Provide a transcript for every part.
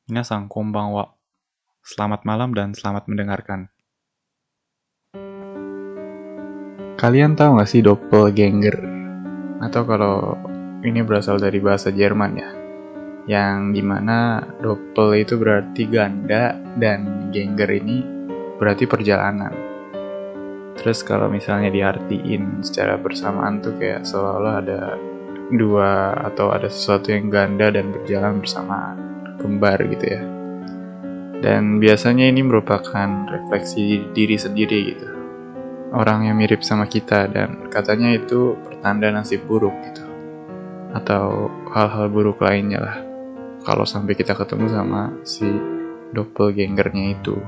Minasan konbanwa. Selamat malam dan selamat mendengarkan. Kalian tahu nggak sih doppelganger? Atau kalau ini berasal dari bahasa Jerman ya, yang dimana doppel itu berarti ganda dan ganger ini berarti perjalanan. Terus kalau misalnya diartiin secara bersamaan tuh kayak seolah-olah ada dua atau ada sesuatu yang ganda dan berjalan bersamaan, kembar gitu ya. Dan biasanya ini merupakan refleksi diri sendiri gitu. Orang yang mirip sama kita dan katanya itu pertanda nasib buruk gitu. Atau hal-hal buruk lainnya lah. Kalau sampai kita ketemu sama si doppelgangernya itu.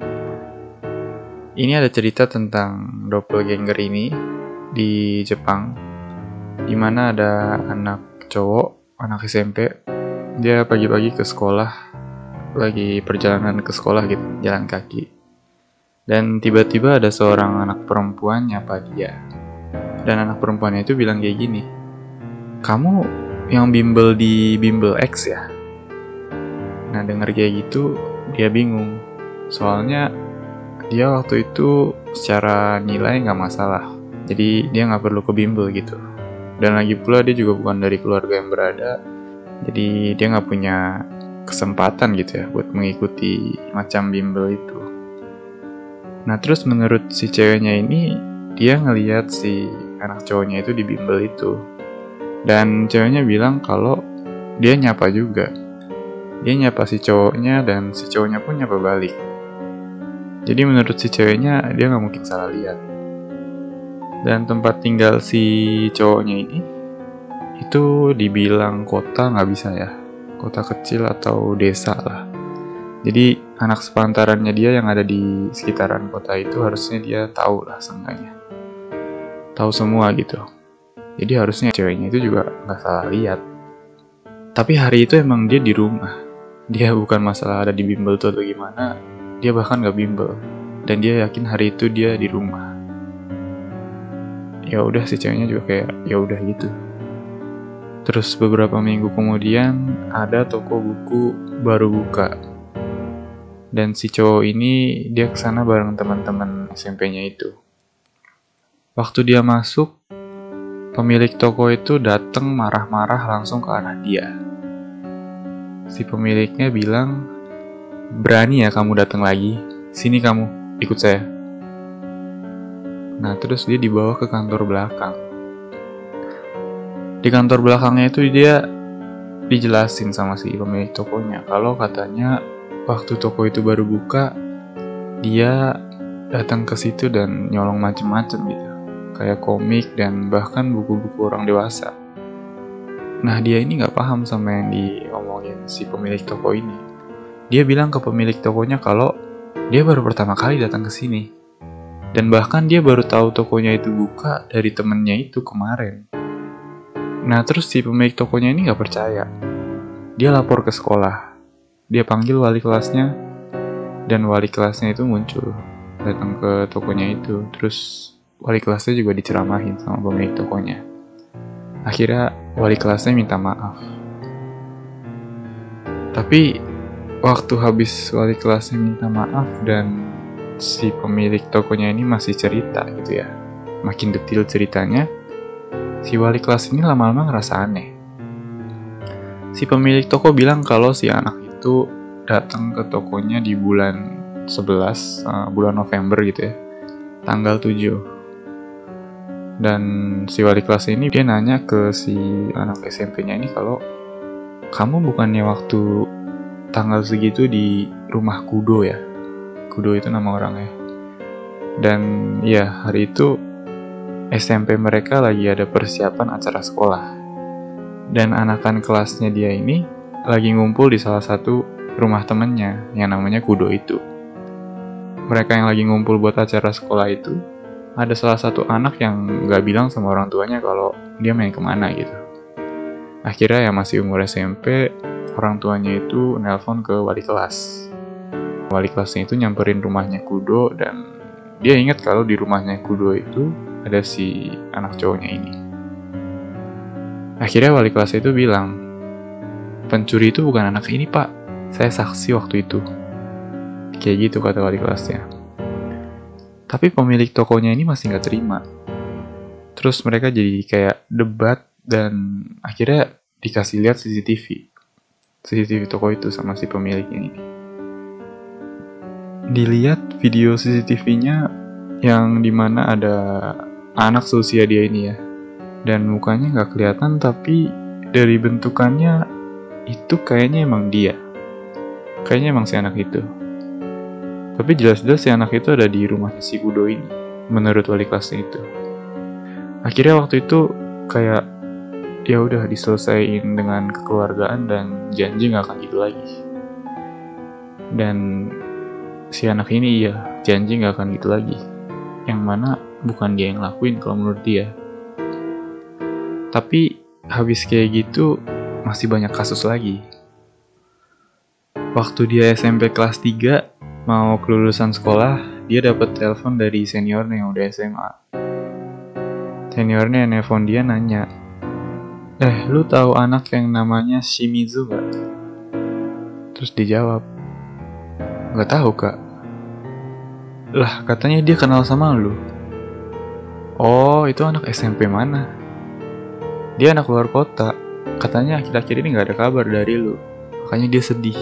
Ini ada cerita tentang doppelganger ini di Jepang. Dimana ada anak cowok, anak SMP. Dia pagi-pagi ke sekolah. Lagi perjalanan ke sekolah gitu, jalan kaki. Dan tiba-tiba ada seorang anak perempuan nyapa dia. Dan anak perempuannya itu bilang kayak gini, "Kamu yang bimbel di Bimbel X ya?" Nah denger kayak gitu, dia bingung. Soalnya dia waktu itu secara nilai gak masalah. Jadi dia gak perlu ke bimbel gitu. Dan lagi pula dia juga bukan dari keluarga yang berada. Jadi dia gak punya kesempatan gitu ya buat mengikuti macam bimbel itu. Nah terus menurut si ceweknya ini, dia ngelihat si anak cowoknya itu di bimbel itu. Dan ceweknya bilang kalau dia nyapa juga. Dia nyapa si cowoknya dan si cowoknya pun nyapa balik. Jadi menurut si ceweknya dia gak mungkin salah lihat. Dan tempat tinggal si cowoknya ini itu dibilang kota gak bisa ya. Kota kecil atau desa lah. Jadi anak sepantarannya dia yang ada di sekitaran kota itu harusnya dia tahu lah seenggaknya. Tahu semua gitu. Jadi harusnya ceweknya itu juga gak salah lihat. Tapi hari itu emang dia di rumah. Dia bukan masalah ada di bimbel tuh atau gimana. Dia bahkan gak bimbel. Dan dia yakin hari itu dia di rumah. Ya udah si ceweknya juga kayak ya udah gitu. Terus beberapa minggu kemudian ada toko buku baru buka. Dan si cowok ini dia kesana bareng teman-teman SMP-nya itu. Waktu dia masuk, pemilik toko itu datang marah-marah langsung ke arah dia. Si pemiliknya bilang, "Berani ya kamu datang lagi? Sini kamu, ikut saya." Nah terus dia dibawa ke kantor belakang. Di kantor belakangnya itu dia dijelasin sama si pemilik tokonya kalau katanya waktu toko itu baru buka, dia datang ke situ dan nyolong macem-macem gitu. Kayak komik dan bahkan buku-buku orang dewasa. Nah dia ini gak paham sama yang diomongin si pemilik toko ini. Dia bilang ke pemilik tokonya kalau dia baru pertama kali datang ke sini. Dan bahkan dia baru tahu tokonya itu buka dari temennya itu kemarin. Nah terus si pemilik tokonya ini gak percaya. Dia lapor ke sekolah. Dia panggil wali kelasnya. Dan wali kelasnya itu muncul. Datang ke tokonya itu. Terus wali kelasnya juga diceramahin sama pemilik tokonya. Akhirnya wali kelasnya minta maaf. Tapi waktu habis wali kelasnya minta maaf dan si pemilik tokonya ini masih cerita gitu ya. Makin detail ceritanya. Si wali kelas ini lama-lama ngerasa aneh. Si pemilik toko bilang kalau si anak itu datang ke tokonya di bulan 11, bulan November gitu ya. Tanggal 7. Dan si wali kelas ini dia nanya ke si anak SMP-nya ini kalau kamu bukannya waktu tanggal segitu di rumah Kudo ya? Kudo itu nama orangnya. Dan ya hari itu SMP mereka lagi ada persiapan acara sekolah. Dan anakan kelasnya dia ini lagi ngumpul di salah satu rumah temennya yang namanya Kudo itu. Mereka yang lagi ngumpul buat acara sekolah itu, ada salah satu anak yang gak bilang sama orang tuanya kalau dia main kemana gitu. Akhirnya yang masih umur SMP, orang tuanya itu nelpon ke wali kelas. Wali kelasnya itu nyamperin rumahnya Kudo dan dia ingat kalau di rumahnya Kudo itu ada si anak cowoknya ini. Akhirnya wali kelas itu bilang, "Pencuri itu bukan anak ini pak, Saya saksi waktu itu. Kayak gitu kata wali kelasnya. Tapi pemilik tokonya ini masih nggak terima. Terus mereka jadi kayak debat dan akhirnya dikasih lihat CCTV toko itu sama si pemiliknya ini. Dilihat video CCTV-nya yang dimana ada anak seusia dia ini ya. Dan mukanya nggak kelihatan, tapi dari bentukannya itu kayaknya emang dia. Kayaknya emang si anak itu. Tapi jelas-jelas si anak itu ada di rumah si Kudo ini, menurut wali kelasnya itu. Akhirnya waktu itu kayak ya udah diselesaikan dengan kekeluargaan dan janji nggak akan gitu lagi. Dan si anak ini ya janji nggak akan gitu lagi. Yang mana bukan dia yang lakuin kalau menurut dia. Tapi habis kayak gitu masih banyak kasus lagi. Waktu dia SMP kelas 3 mau kelulusan sekolah, dia dapat telepon dari seniornya yang udah SMA. Seniornya nelfon dia nanya, lu tahu anak yang namanya Shimizu gak? Terus dijawab, gak tahu kak. Lah katanya dia kenal sama lu. Oh itu anak SMP mana? Dia anak luar kota. Katanya akhir-akhir ini gak ada kabar dari lu. Makanya dia sedih.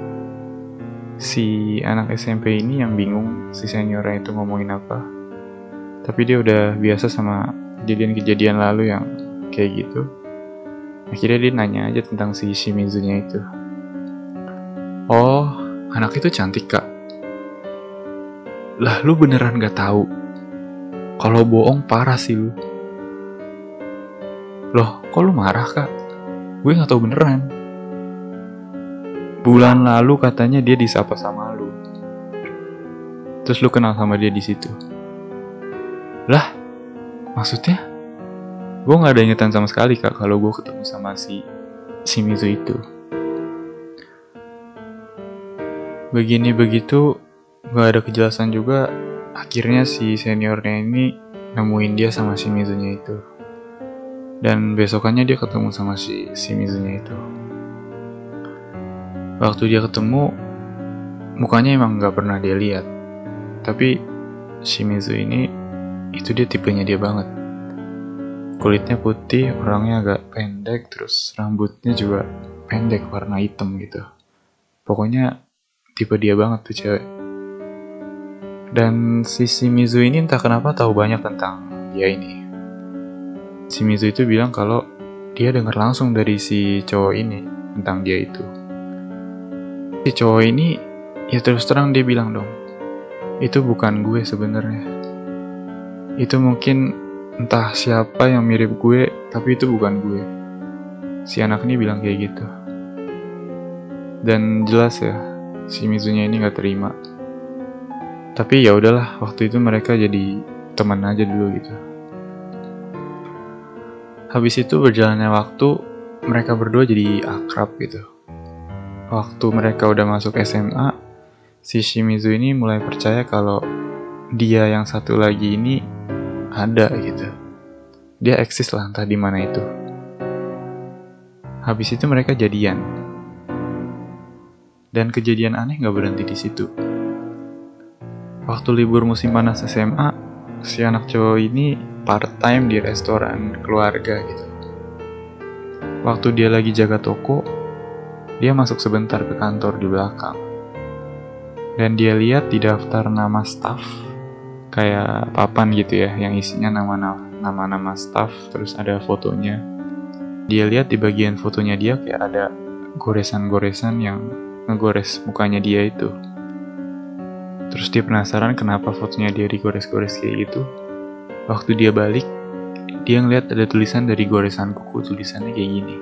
Si anak SMP ini yang bingung si seniornya itu ngomongin apa. Tapi dia udah biasa sama kejadian-kejadian lalu yang kayak gitu. Akhirnya dia nanya aja tentang si Shimizu-nya itu. Oh, anak itu cantik kak. Lah lu beneran gak tahu? Kalau bohong parah sih lu. Loh, kok lu marah kak? Gue gak tahu beneran. Bulan lalu katanya dia disapa sama lu. Terus lu kenal sama dia di situ. Lah, maksudnya? Gue gak ada ingetan sama sekali kak kalau gue ketemu sama si Shimizu itu. Begini begitu, gak ada kejelasan juga. Akhirnya si seniornya ini nemuin dia sama Shimizu-nya itu. Dan besokannya dia ketemu sama si Shimizu-nya itu. Waktu dia ketemu, mukanya emang gak pernah dia lihat. Tapi Shimizu ini, itu dia tipenya dia banget. Kulitnya putih, orangnya agak pendek, terus rambutnya juga pendek, warna hitam gitu. Pokoknya tipe dia banget tuh cewek. Dan si Shimizu ini entah kenapa tahu banyak tentang dia ini. Shimizu itu bilang kalau dia dengar langsung dari si cowok ini tentang dia itu. Si cowok ini ya terus terang dia bilang dong, itu bukan gue sebenarnya. Itu mungkin entah siapa yang mirip gue, tapi itu bukan gue. Si anak ini bilang kayak gitu. Dan jelas ya, si Mizunya ini gak terima. Tapi ya udahlah, waktu itu mereka jadi teman aja dulu gitu. Habis itu berjalannya waktu, mereka berdua jadi akrab gitu. Waktu mereka udah masuk SMA, si Shimizu ini mulai percaya kalau dia yang satu lagi ini ada gitu. Dia eksis lah entah di mana itu. Habis itu mereka jadian. Dan kejadian aneh gak berhenti di situ. Waktu libur musim panas SMA, si anak cowok ini part-time di restoran keluarga gitu. Waktu dia lagi jaga toko, dia masuk sebentar ke kantor di belakang. Dan dia lihat di daftar nama staff, kayak papan gitu ya, yang isinya nama-nama staff, terus ada fotonya. Dia lihat di bagian fotonya dia kayak ada goresan-goresan yang ngegores mukanya dia itu. Terus dia penasaran kenapa fotonya dia digores-gores kayak gitu. Waktu dia balik, dia ngeliat ada tulisan dari goresan kuku, tulisannya kayak gini.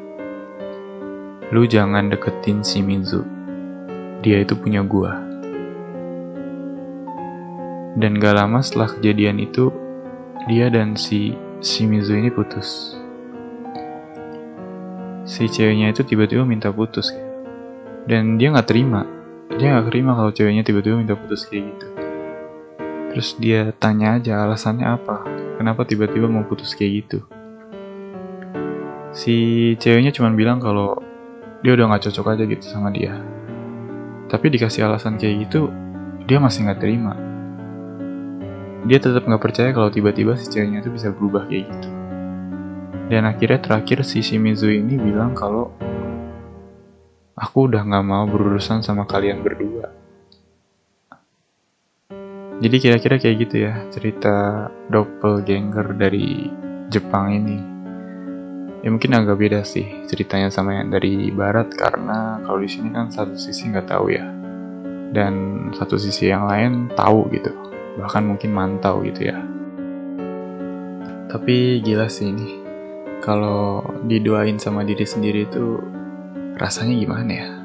Lu jangan deketin Shimizu. Dia itu punya gua. Dan gak lama setelah kejadian itu, dia dan si Shimizu ini putus. Si ceweknya itu tiba-tiba minta putus. Dan dia gak terima. Dia gak terima kalau ceweknya tiba-tiba minta putus kayak gitu. Terus dia tanya aja alasannya apa. Kenapa tiba-tiba mau putus kayak gitu. Si ceweknya cuma bilang kalau dia udah gak cocok aja gitu sama dia. Tapi dikasih alasan kayak gitu, dia masih nggak terima. Dia tetap nggak percaya kalau tiba-tiba si ceweknya itu bisa berubah kayak gitu. Dan akhirnya terakhir si Shimizu ini bilang kalau aku udah nggak mau berurusan sama kalian berdua. Jadi kira-kira kayak gitu ya cerita doppelganger dari Jepang ini. Ya mungkin agak beda sih ceritanya sama yang dari Barat karena kalau di sini kan satu sisi nggak tahu ya, dan satu sisi yang lain tahu gitu, bahkan mungkin mantau gitu ya. Tapi gila sih ini, kalau diduain sama diri sendiri itu rasanya gimana ya?